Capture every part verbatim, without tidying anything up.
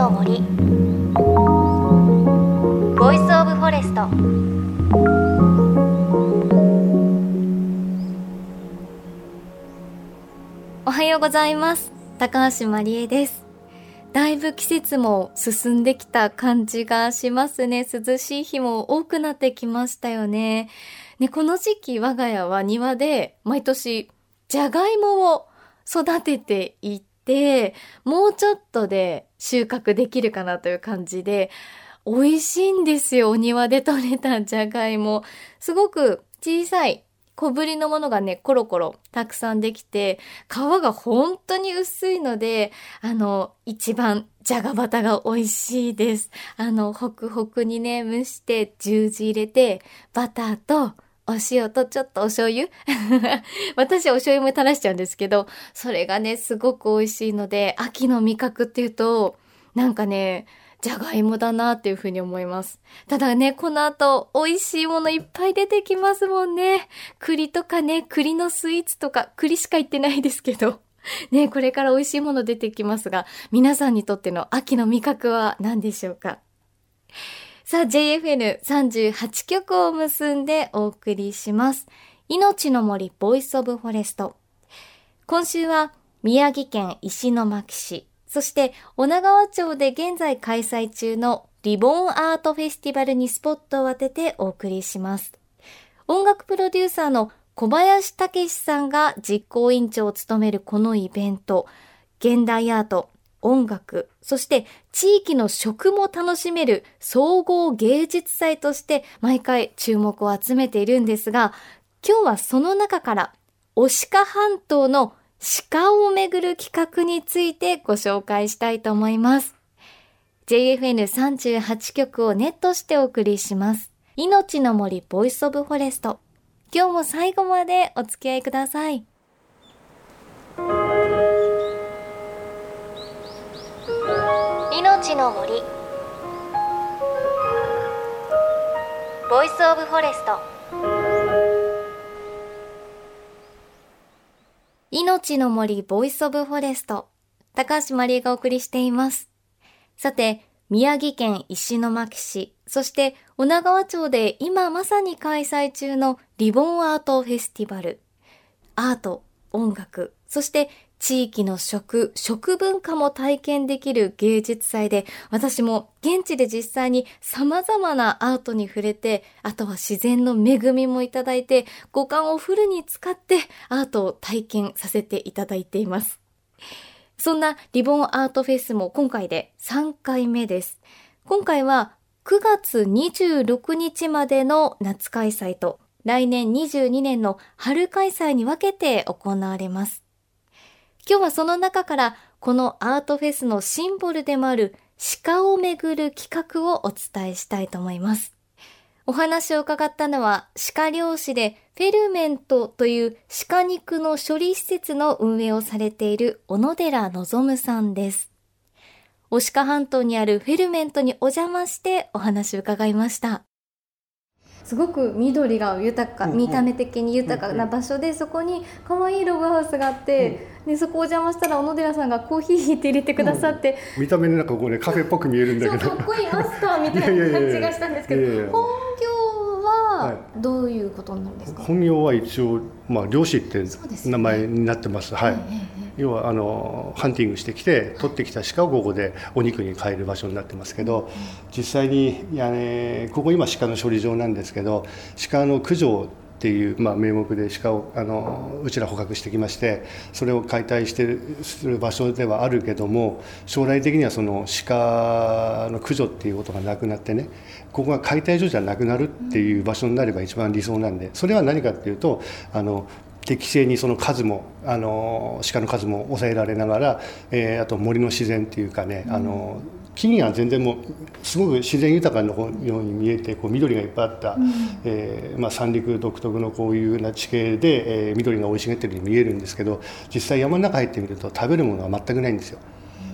の森ボイスオブフォレスト。おはようございます。高橋まりえです。だいぶ季節も進んできた感じがしますね。涼しい日も多くなってきましたよね。ね、この時期我が家は庭で毎年じゃがいもを育てていて、もうちょっとで収穫できるかなという感じで、美味しいんですよ。お庭で採れたじゃがいも。すごく小さい小ぶりのものがね、コロコロたくさんできて、皮が本当に薄いので、あの、一番じゃがバタが美味しいです。あの、ホクホクにね、蒸して十字入れて、バターとお塩とちょっとお醤油私お醤油も垂らしちゃうんですけど、それがね、すごく美味しいので、秋の味覚っていうと、なんかね、じゃがいもだなっていうふうに思います。ただね、この後美味しいものいっぱい出てきますもんね。栗とかね、栗のスイーツとか、栗しか言ってないですけどね、これから美味しいもの出てきますが、皆さんにとっての秋の味覚は何でしょうか。さあ ジェイエフエヌさんじゅうはち 曲を結んでお送りします。命の森ボイスオブフォレスト。今週は宮城県石巻市、そして女川町で現在開催中のリボンアートフェスティバルにスポットを当ててお送りします。音楽プロデューサーの小林武史さんが実行委員長を務めるこのイベント、現代アート、音楽、そして地域の食も楽しめる総合芸術祭として毎回注目を集めているんですが、今日はその中から牡鹿半島の鹿をめぐる企画についてご紹介したいと思います。 ジェイエフエヌさんじゅうはち 局をネットしてお送りします。命の森ボイスオブフォレスト。今日も最後までお付き合いください。命の森ボイスオブフォレスト。命の森ボイスオブフォレスト、高橋まりえがお送りしています。さて、宮城県石巻市、そして女川町で今まさに開催中のリボンアートフェスティバル。アート、音楽、そして地域の食、食文化も体験できる芸術祭で、私も現地で実際に様々なアートに触れて、あとは自然の恵みもいただいて、五感をフルに使ってアートを体験させていただいています。そんなリボンアートフェスも今回でさんかいめです。今回はくがつにじゅうろくにちまでの夏開催と、来年にじゅうにねんの春開催に分けて行われます。今日はその中からこのアートフェスのシンボルでもある鹿をめぐる企画をお伝えしたいと思います。お話を伺ったのは鹿猟師でフェルメントという鹿肉の処理施設の運営をされている小野寺望さんです。牡鹿半島にあるフェルメントにお邪魔してお話を伺いました。すごく緑が豊か、見た目的に豊かな場所で、そこに可愛いログハウスがあって、でそこをお邪魔したら小野寺さんがコーヒー引いて入れてくださって、 うん、見た目になんかこうねカフェっぽく見えるんだけど、 そうかっこいいマスターみたいな感じがしたんですけど、いやいやいや、本業はどういうことなんですか。 本業は一応、まあ、猟師って名前になってます。はい、要はあのハンティングしてきて取ってきた鹿をここでお肉に変える場所になってますけど、実際にいや、ね、ここ今鹿の処理場なんですけど、鹿の駆除っていう、まあ、名目で鹿をあのうちら捕獲してきまして、それを解体してする場所ではあるけども、将来的にはその鹿の駆除っていうことがなくなってね、ここが解体所じゃなくなるっていう場所になれば一番理想なんで、それは何かっていうと、あの適正にその数もあの鹿の数も抑えられながら、えー、あと森の自然っていうかね、あの木々が全然もうすごく自然豊かなように見えて、こう緑がいっぱいあった、うん、えーまあ、三陸独特のこういうな地形で、えー、緑が生い茂っているように見えるんですけど、実際山の中入ってみると食べるものは全くないんですよ。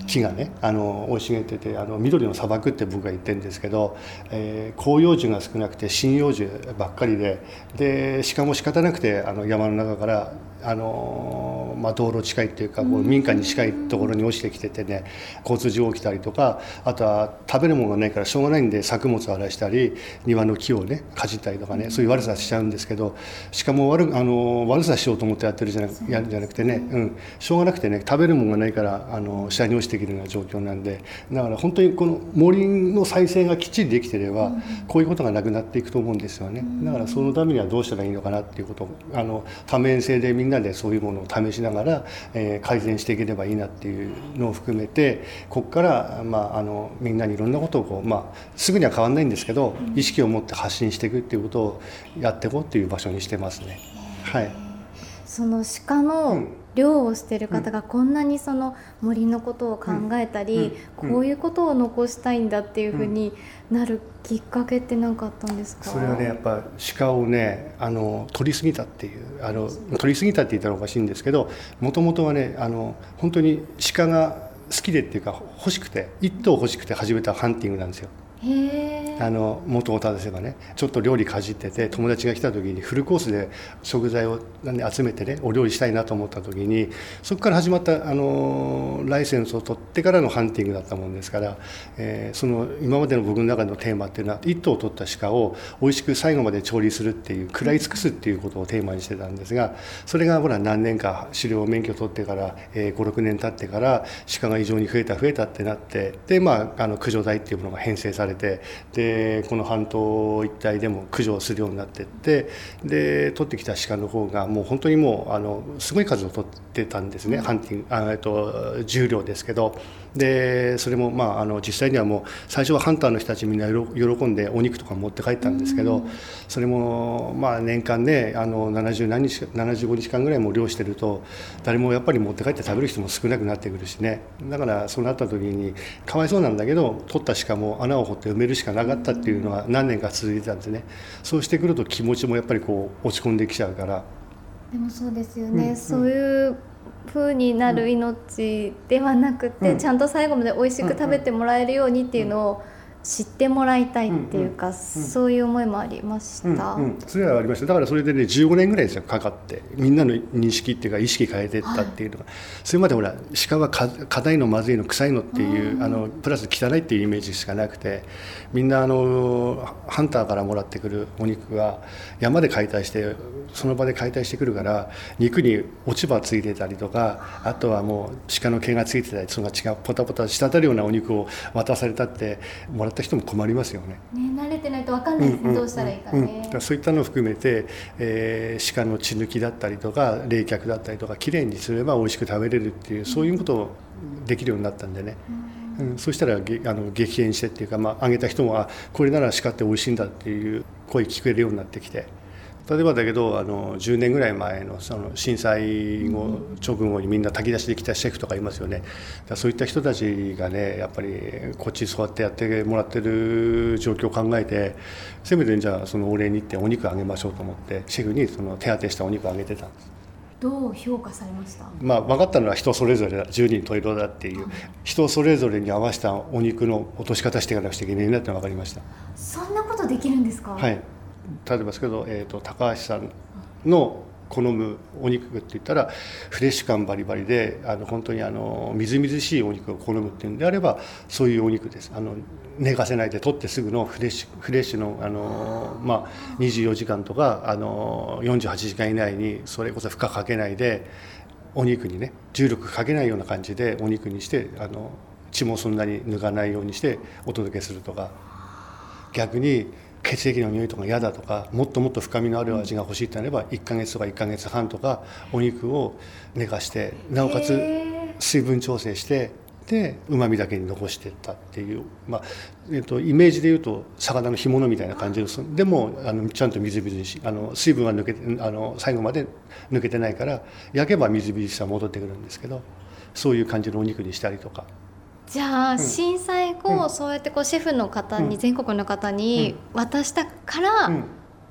木がねあの生い茂ってて、あの緑の砂漠って僕が言ってるんですけど、えー、広葉樹が少なくて針葉樹ばっかりで、でしかも仕方なくてあの山の中からあのまあ、道路近いっていうかこう民家に近いところに落ちてきててね、交通事故起きたりとか、あとは食べるものがないからしょうがないんで作物を荒らしたり庭の木をねかじったりとかね、そういう悪さしちゃうんですけど、しかも 悪, あの悪さしようと思ってやってるじゃ な, やじゃなくてね、うん、しょうがなくてね食べるものがないからあの下に落ちてくるような状況なんで、だから本当にこの森の再生がきっちりできてればこういうことがなくなっていくと思うんですよね。だからそのためにはどうしたらいいのかなっていうことをあの多面性でみんなでそういうものを試しながら、えー、改善していければいいなっていうのを含めて、ここから、まあ、あのみんなにいろんなことをこう、まあ、すぐには変わらないんですけど、意識を持って発信していくっていうことをやっていこうっていう場所にしてますね。はい、 その鹿の猟をしている方がこんなにその森のことを考えたり、うんうん、こういうことを残したいんだっていうふうになるきっかけって何かあったんですか？ それはねやっぱ鹿をねあの取りすぎたっていうあの取りすぎたって言ったらおかしいんですけど、もともとはねあの本当に鹿が好きでっていうか欲しくて一頭欲しくて始めたハンティングなんですよ。 へあの元を正せばね、ちょっと料理かじってて友達が来た時にフルコースで食材を集めてねお料理したいなと思った時に、そこから始まったあのライセンスを取ってからのハンティングだったもんですから、えー、その今までの僕の中のテーマっていうのは一頭を取った鹿を美味しく最後まで調理するっていう食らい尽くすっていうことをテーマにしてたんですが、それがほら何年か狩猟免許を取ってから、えー、ごろくねん経ってから鹿が異常に増えた増えたってなって、でまああの駆除剤っていうものが編成されて、でこの半島一帯でも駆除をするようになっていって、で取ってきた鹿の方がもう本当にもうあのすごい数を取ってたんですね、ハンティングあ、えっと、重量ですけど、でそれも、まあ、あの実際にはもう最初はハンターの人たちみんな喜んでお肉とか持って帰ったんですけど、それも、まあ、年間ねあのななじゅうなんにちななじゅうごにちかんぐらいも漁してると誰もやっぱり持って帰って食べる人も少なくなってくるしね、だからそうなった時にかわいそうなんだけど取った鹿も穴を掘って埋めるしかなかったっていうのは何年か続いてたんですね。そうしてくると気持ちもやっぱりこう落ち込んできちゃうから。 でもそうですよね、うん、そういう風になる命ではなくて、うん、ちゃんと最後まで美味しく食べてもらえるようにっていうのを知ってもらいたいっていうか、うんうん、そういう思いもありました、 うんうん、それはありました。だからそれでねじゅうごねんぐらいですよかかって、みんなの認識っていうか意識変えていったっていうのが、はい、それまでほら鹿は硬いのまずいの臭いのっていう、あのプラス汚いっていうイメージしかなくて、みんなあのハンターからもらってくるお肉は山で解体してその場で解体してくるから肉に落ち葉ついてたりとか、あとはもう鹿の毛がついてたり、その血がポタポタ滴るようなお肉を渡されたってもらった人も困りますよね。 ね、慣れてないと分かんないですね、うんうん、どうしたらいいかね、うん、だからそういったのを含めて、えー、鹿の血抜きだったりとか冷却だったりとかきれいにすれば美味しく食べれるっていう、そういうことをできるようになったんでね、うんうん、そしたらあの激変してっていうか、まあ、あげた人もあこれなら鹿って美味しいんだっていう声聞けるようになってきて、例えばだけどあのじゅうねんぐらい前 の, その震災後直後にみんな炊き出しで来たシェフとかいますよね。だそういった人たちがねやっぱりこっちに座ってやってもらってる状況を考えて、せめてじゃあそのお礼に行ってお肉あげましょうと思ってシェフにその手当てしたお肉をあげてたんです。 どう評価されました？ まあ、分かったのは人それぞれだ、じゅうにん十色だっていう、人それぞれに合わせたお肉の落とし方していかなくちゃいけないなってのが分かりました。 そんなことできるんですか？ はい、例えばですけど、えーと、高橋さんの好むお肉って言ったらフレッシュ感バリバリであの本当にあのみずみずしいお肉を好むっていうんであればそういうお肉です。あの寝かせないで取ってすぐのフレッシュフレッシュの、あの、まあ、にじゅうよじかんとかあのよんじゅうはちじかん以内にそれこそ負荷かけないでお肉にね重力かけないような感じでお肉にしてあの血もそんなに抜かないようにしてお届けするとか、逆に血液の匂いとか嫌だとかもっともっと深みのある味が欲しいってなればいっかげつとかいっかげつはんとかお肉を寝かしてなおかつ水分調整してでうまみだけに残していったっていう、まあえっと、イメージでいうと魚の干物みたいな感じです。でもあのちゃんとみずみずしいあの水分は抜けてあの最後まで抜けてないから焼けばみずみずしさ戻ってくるんですけど、そういう感じのお肉にしたりとか。 じゃあ、うん、震災後、うん、そうやってこうシェフの方に、うん、全国の方に渡したから、うん、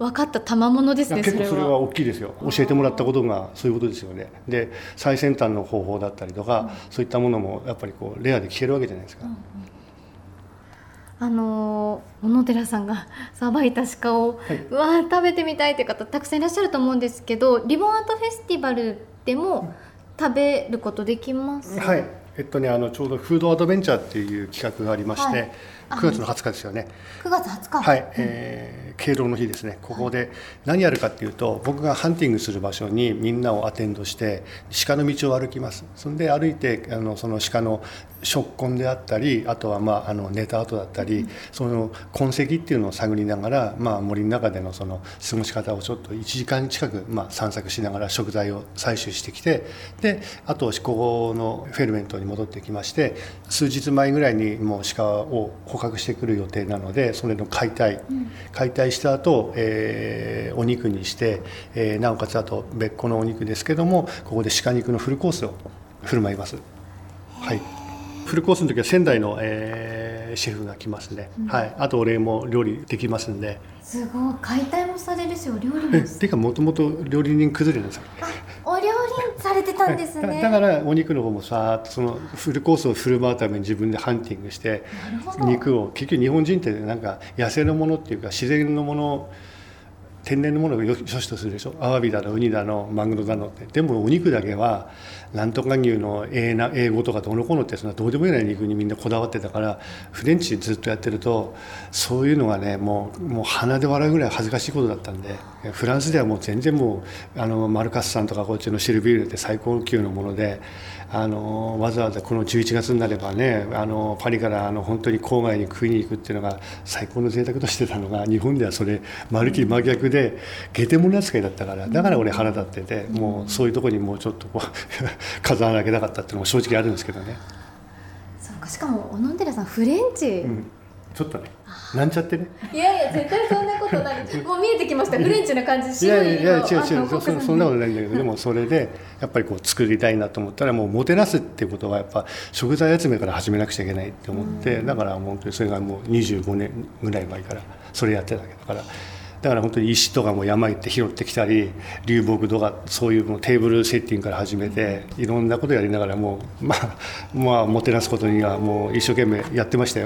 分かった賜物ですね。 結構それは大きいですよ。教えてもらったことがそういうことですよね。で最先端の方法だったりとか、うん、そういったものもやっぱりこうレアで聞けるわけじゃないですか。うんうん、 あの小野寺さんがさばいた鹿を、はい、うわー食べてみたいという方たくさんいらっしゃると思うんですけど、リボンアートフェスティバルでも食べることできます？ はい、えっとね、あのちょうどフードアドベンチャーっていう企画がありまして、はい、くがつのはつかですよね。 くがつはつか、 はい、えー、敬老の日ですね。ここで何やるかっていうと、僕がハンティングする場所にみんなをアテンドして鹿の道を歩きます。そんで歩いてあのその鹿の触痕であったり、あとは、まあ、あの寝た後だったり、うん、その痕跡っていうのを探りながら、まあ、森の中でのその過ごし方をちょっといちじかん近く、まあ、散策しながら食材を採取してきて、であとここのフェルメントに戻ってきまして、数日前ぐらいにもう鹿を捕獲してくる予定なので、それの解体、うん、解体した後、えー、お肉にして、えー、なおかつあと別個のお肉ですけども、ここで鹿肉のフルコースを振る舞います。はい、フルコースの時は仙台の、えー、シェフが来ますね、うん、はい、あと俺も料理できますんで。 すごい、解体もされるしお料理もっていうかもともと料理人崩れるんですよ。 お料理されてたんですね。 だからお肉の方もさーっとそのフルコースを振る舞うために自分でハンティングして肉を、結局日本人ってなんか野生のものっていうか自然のもの、天然のものを良しとするでしょ。アワビだのウニだのマグロだのって。でもお肉だけはなんとか牛の英語とかどのこのってそんなどうでもいいない肉にみんなこだわってたから、フレンチずっとやってるとそういうのがね、もうもう鼻で笑うぐらい恥ずかしいことだったんで、フランスではもう全然もうあのマルカスさんとかこっちのシルビールって最高級のもので、あのわざわざこのじゅういちがつになればね、あのパリからあの本当に郊外に食いに行くっていうのが最高の贅沢としてたのが、日本ではそれまるっきり真逆で下手者扱いだったから、だから俺腹立ってて、もうそういうところにもうちょっとこう風穴開けなかったっていうのも正直あるんですけどね。 そうか、しかも小野寺さんフレンチ、うん、 ちょっとねなんちゃってね。 いやいや絶対そんなことないもう見えてきました、フレンチの感じ。 いやいやいや違う違う、そ, そんなことないんだけど、でもそれでやっぱりこう作りたいなと思ったら、もうもてなすっていうことはやっぱ食材集めから始めなくちゃいけないって思って、だから本当にそれがもうにじゅうごねんぐらい前からそれやってたわけだから。だから本当に石とかも山行って拾ってきたり、流木とかそういうもうテーブルセッティングから始めて、いろんなことやりながらもうまあまあもてなすことにはもう一生懸命やってましたよ。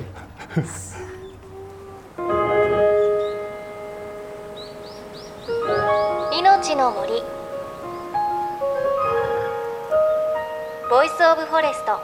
命の森、ボイスオブフォレスト。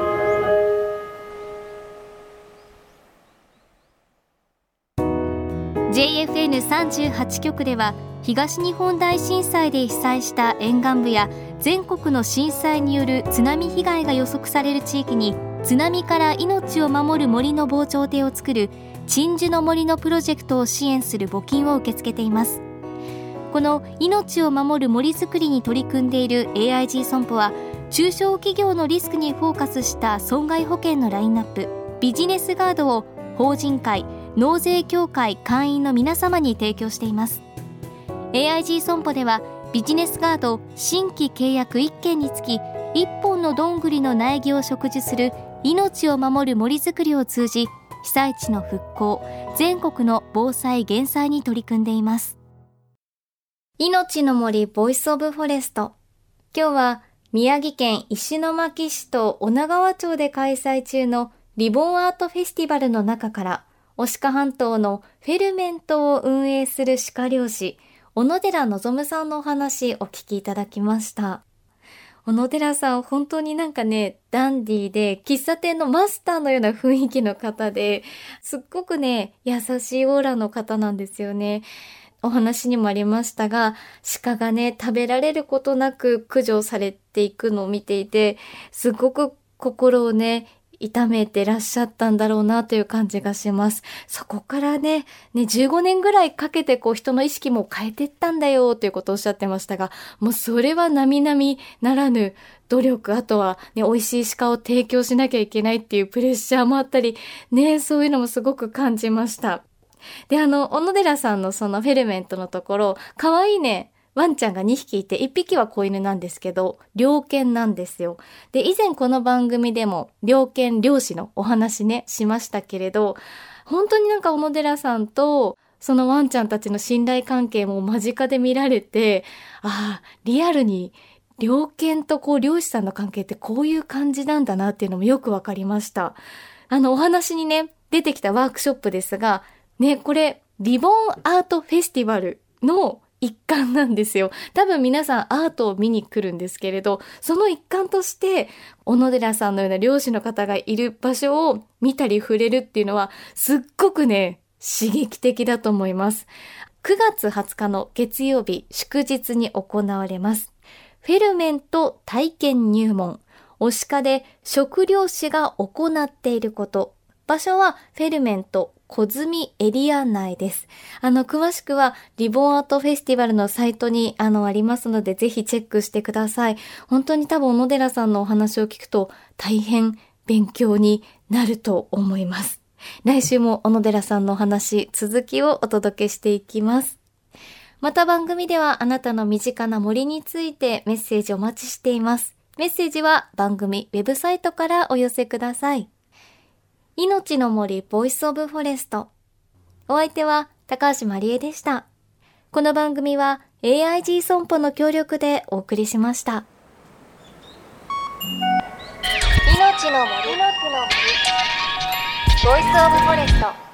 ジェイエフエヌさんじゅうはち 局では東日本大震災で被災した沿岸部や全国の震災による津波被害が予測される地域に津波から命を守る森の防潮堤を作る鎮守の森のプロジェクトを支援する募金を受け付けています。この命を守る森づくりに取り組んでいる エーアイジー 損保は、中小企業のリスクにフォーカスした損害保険のラインナップビジネスガードを法人会、納税協会会員の皆様に提供しています。 エーアイジー 損保ではビジネスガード新規契約いっけんにつきいっぽんのどんぐりの苗木を植樹する命を守る森づくりを通じ、被災地の復興、全国の防災減災に取り組んでいます。命の森ボイスオブフォレスト。今日は宮城県石巻市と女川町で開催中のリボンアートフェスティバルの中から、牡鹿半島のフェルメントを運営する鹿漁師、小野寺望さんのお話お聞きいただきました。小野寺さん、本当になんかね、ダンディーで喫茶店のマスターのような雰囲気の方で、すっごくね、優しいオーラの方なんですよね。お話にもありましたが、鹿がね、食べられることなく駆除されていくのを見ていて、すごく心をね、痛めてらっしゃったんだろうなという感じがします。そこからね、ね、じゅうごねんぐらいかけてこう人の意識も変えていったんだよということをおっしゃってましたが、もうそれは並々ならぬ努力、あとはね、美味しい鹿を提供しなきゃいけないっていうプレッシャーもあったり、ね、そういうのもすごく感じました。で、あの、小野寺さんのそのフェルメントのところ、かわいいね、ワンちゃんがにひきいて、いっぴきは子犬なんですけど、猟犬なんですよ。で、以前この番組でも、猟犬猟師のお話ね、しましたけれど、本当になんか小野寺さんとそのワンちゃんたちの信頼関係も間近で見られて、ああ、リアルに猟犬とこう猟師さんの関係ってこういう感じなんだなっていうのもよくわかりました。あのお話にね、出てきたワークショップですが、ね、これリボンアートフェスティバルの一環なんですよ。多分皆さんアートを見に来るんですけれど、その一環として小野寺さんのような漁師の方がいる場所を見たり触れるっていうのはすっごくね、刺激的だと思います。くがつはつかの月曜日祝日に行われます。フェルメント体験入門。牡鹿で食漁師が行っていること。場所はフェルメント小積エリア内です。あの、詳しくはリボンアートフェスティバルのサイトにあの、ありますので、ぜひチェックしてください。本当に多分小野寺さんのお話を聞くと大変勉強になると思います。来週も小野寺さんのお話、続きをお届けしていきます。また番組ではあなたの身近な森についてメッセージお待ちしています。メッセージは番組ウェブサイトからお寄せください。命の森ボイスオブフォレスト。お相手は高橋まりえでした。この番組は エーアイジー 損保の協力でお送りしました。命の森ボイスオブフォレスト。